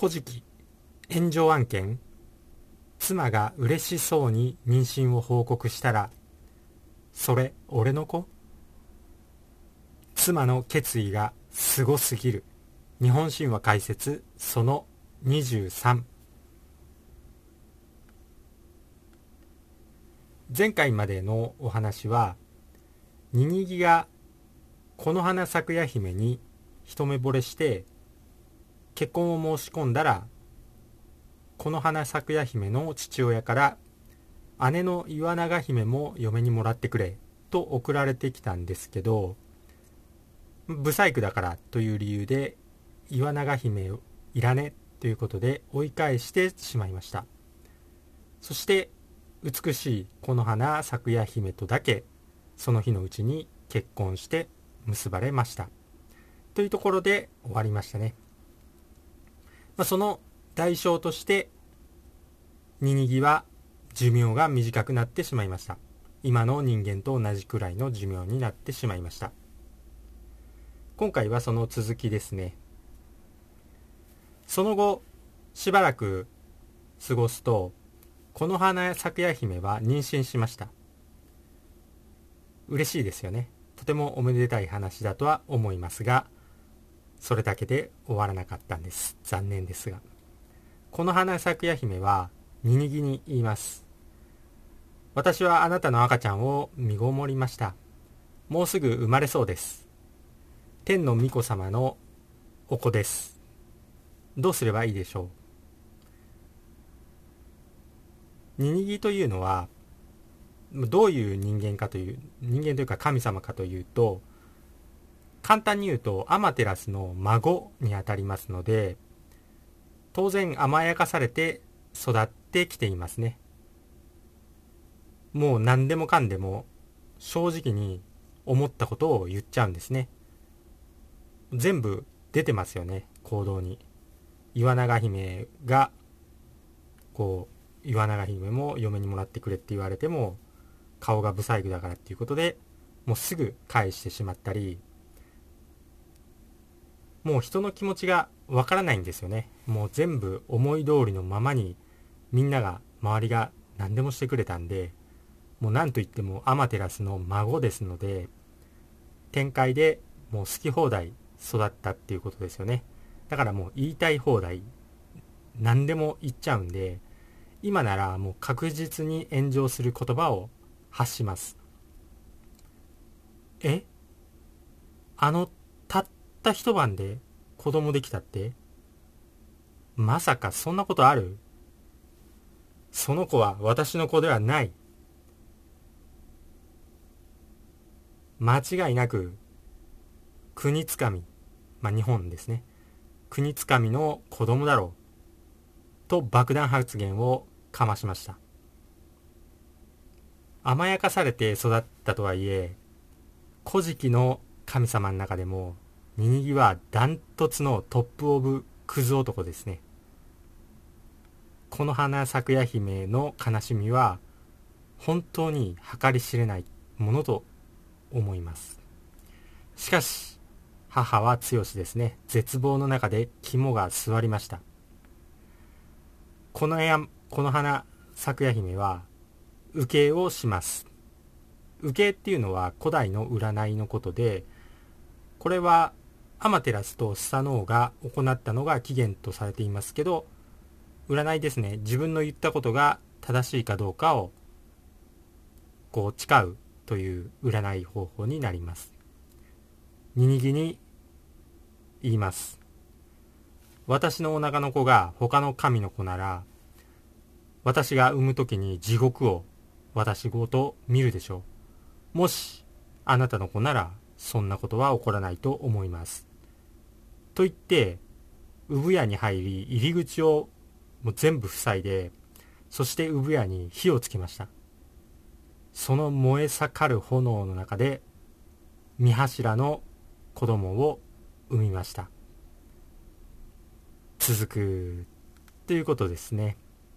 古事記炎上案件。妻が嬉しそうに妊娠を報告したら、それ俺の子？妻の決意がすごすぎる。日本神話解説その23。前回までのお話は、ニニギがこの花咲夜姫に一目惚れして結婚を申し込んだら、この花咲夜姫の父親から姉の岩永姫も嫁にもらってくれと送られてきたんですけど、ブサイクだからという理由で岩永姫いらねということで追い返してしまいました。そして美しいこの花咲夜姫とだけその日のうちに結婚して結ばれましたというところで終わりましたね。その代償としてニニギは寿命が短くなってしまいました。今の人間と同じくらいの寿命になってしまいました。今回はその続きですね。その後しばらく過ごすと、この花咲夜姫は妊娠しました。嬉しいですよね。とてもおめでたい話だとは思いますが、それだけで終わらなかったんです。残念ですが、この花咲夜姫はニニギに言います。私はあなたの赤ちゃんを身ごもりました。もうすぐ生まれそうです。天の御子様のお子です。どうすればいいでしょう。ニニギというのはどういう人間というか神様かというと、簡単に言うとアマテラスの孫にあたりますので、当然甘やかされて育ってきていますね。もう何でもかんでも正直に思ったことを言っちゃうんですね。全部出てますよね、行動に。岩永姫が岩永姫も嫁にもらってくれって言われても、顔がブサイクだからっていうことでもうすぐ返してしまったり、もう人の気持ちがわからないんですよね。もう全部思い通りのままにみんなが、周りが何でもしてくれたんで、もう何と言ってもアマテラスの孫ですので、展開でもう好き放題育ったっていうことですよね。だからもう言いたい放題何でも言っちゃうんで、今ならもう確実に炎上する言葉を発します。たった一晩で子供できたって？まさかそんなことある？その子は私の子ではない。間違いなく国つかみ、日本ですね、国つかみの子供だろうと爆弾発言をかましました。甘やかされて育ったとはいえ、古事記の神様の中でもニニギはダントツのトップオブクズ男ですね。この花咲夜姫の悲しみは本当に計り知れないものと思います。しかし母は強しですね。絶望の中で肝が据わりました。この花咲夜姫は受けをします。受けっていうのは古代の占いのことで、これはアマテラスとスサノオが行ったのが起源とされていますけど、占いですね。自分の言ったことが正しいかどうかを誓うという占い方法になります。ニニギに言います。私のお腹の子が他の神の子なら、私が産むときに地獄を私ごと見るでしょう。もしあなたの子ならそんなことは起こらないと思います。と言って産屋に入り、入り口をもう全部塞いで、そして産屋に火をつけました。その燃え盛る炎の中で御柱の子供を産みました。続くということですね。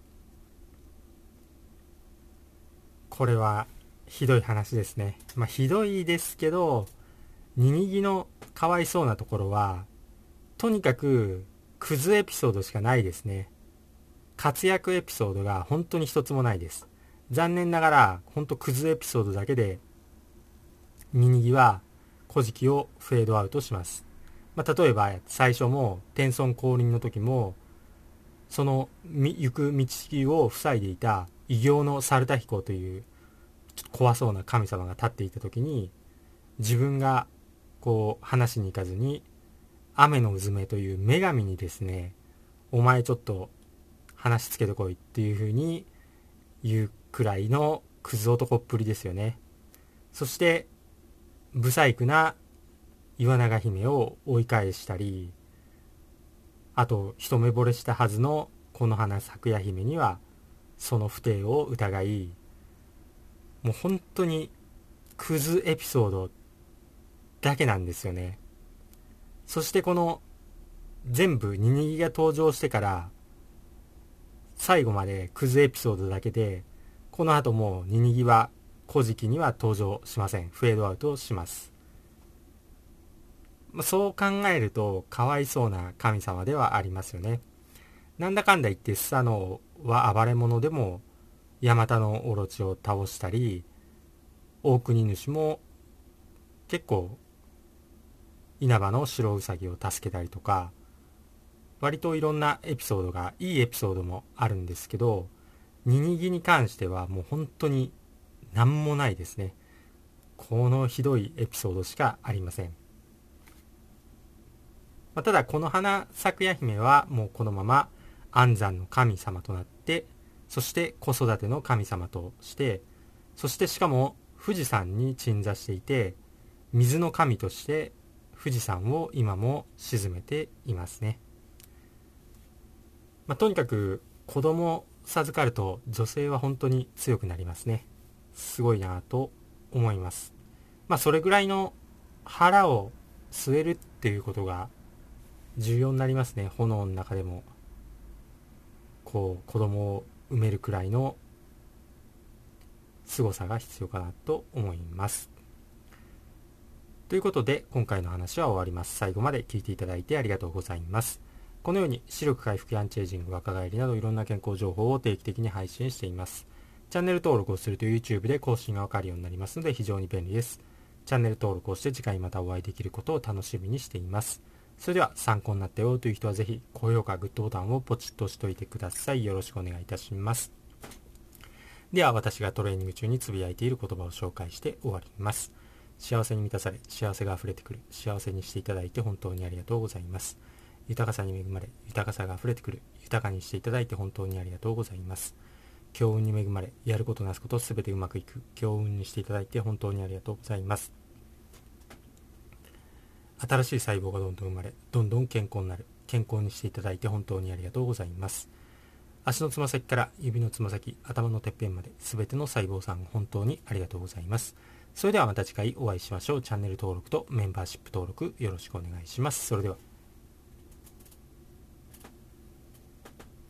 これはひどい話ですね。ひどいですけど、ニニギのかわいそうなところは、とにかくクズエピソードしかないですね。活躍エピソードが本当に一つもないです。残念ながら本当クズエピソードだけでニニギは古事記をフェードアウトします。例えば最初も天孫降臨の時もその行く道を塞いでいた異形のサルタヒコというちょっと怖そうな神様が立っていた時に、自分がこう話しに行かずに雨のうずめという女神にですね、お前ちょっと話しつけてこいっていう風に言うくらいのクズ男っぷりですよね。そして不細工な岩永姫を追い返したり、あと一目惚れしたはずのこの花咲夜姫にはその不貞を疑い、もう本当にクズエピソードだけなんですよね。そしてこの全部ニニギが登場してから最後までクズエピソードだけで、この後もニニギは古事記には登場しません。フェードアウトします。そう考えるとかわいそうな神様ではありますよね。なんだかんだ言ってスサノオは暴れ者でもヤマタノオロチを倒したり、大国主も結構稲葉の白ウサギを助けたりとか、割といろんなエピソードが、いいエピソードもあるんですけど、ニニギに関してはもう本当に何もないですね。このひどいエピソードしかありません。ただこの花咲夜姫はもうこのまま安産の神様となって、そして子育ての神様として、そしてしかも富士山に鎮座していて、水の神として富士山を今も鎮めていますね。とにかく子供を授かると女性は本当に強くなりますね。すごいなと思います。それぐらいの腹を据えるっていうことが重要になりますね。炎の中でもこう子供を産めるくらいの凄さが必要かなと思います。ということで今回の話は終わります。最後まで聞いていただいてありがとうございます。このように視力回復やアンチエイジング、若返りなどいろんな健康情報を定期的に配信しています。チャンネル登録をすると YouTube で更新がわかるようになりますので非常に便利です。チャンネル登録をして次回またお会いできることを楽しみにしています。それでは参考になったよという人はぜひ高評価、グッドボタンをポチッと押しておいてください。よろしくお願いいたします。では私がトレーニング中につぶやいている言葉を紹介して終わります。幸せに満たされ、幸せがあふれてくる、幸せにしていただいて本当にありがとうございます。豊かさに恵まれ、豊かさがあふれてくる、豊かにしていただいて本当にありがとうございます。強運に恵まれ、やることなすことすべてうまくいく、強運にしていただいて本当にありがとうございます。新しい細胞がどんどん生まれ、どんどん健康になる、健康にしていただいて本当にありがとうございます。足のつま先から指のつま先、頭のてっぺんまで全ての細胞さん本当にありがとうございます。それではまた次回お会いしましょう。チャンネル登録とメンバーシップ登録よろしくお願いします。それでは。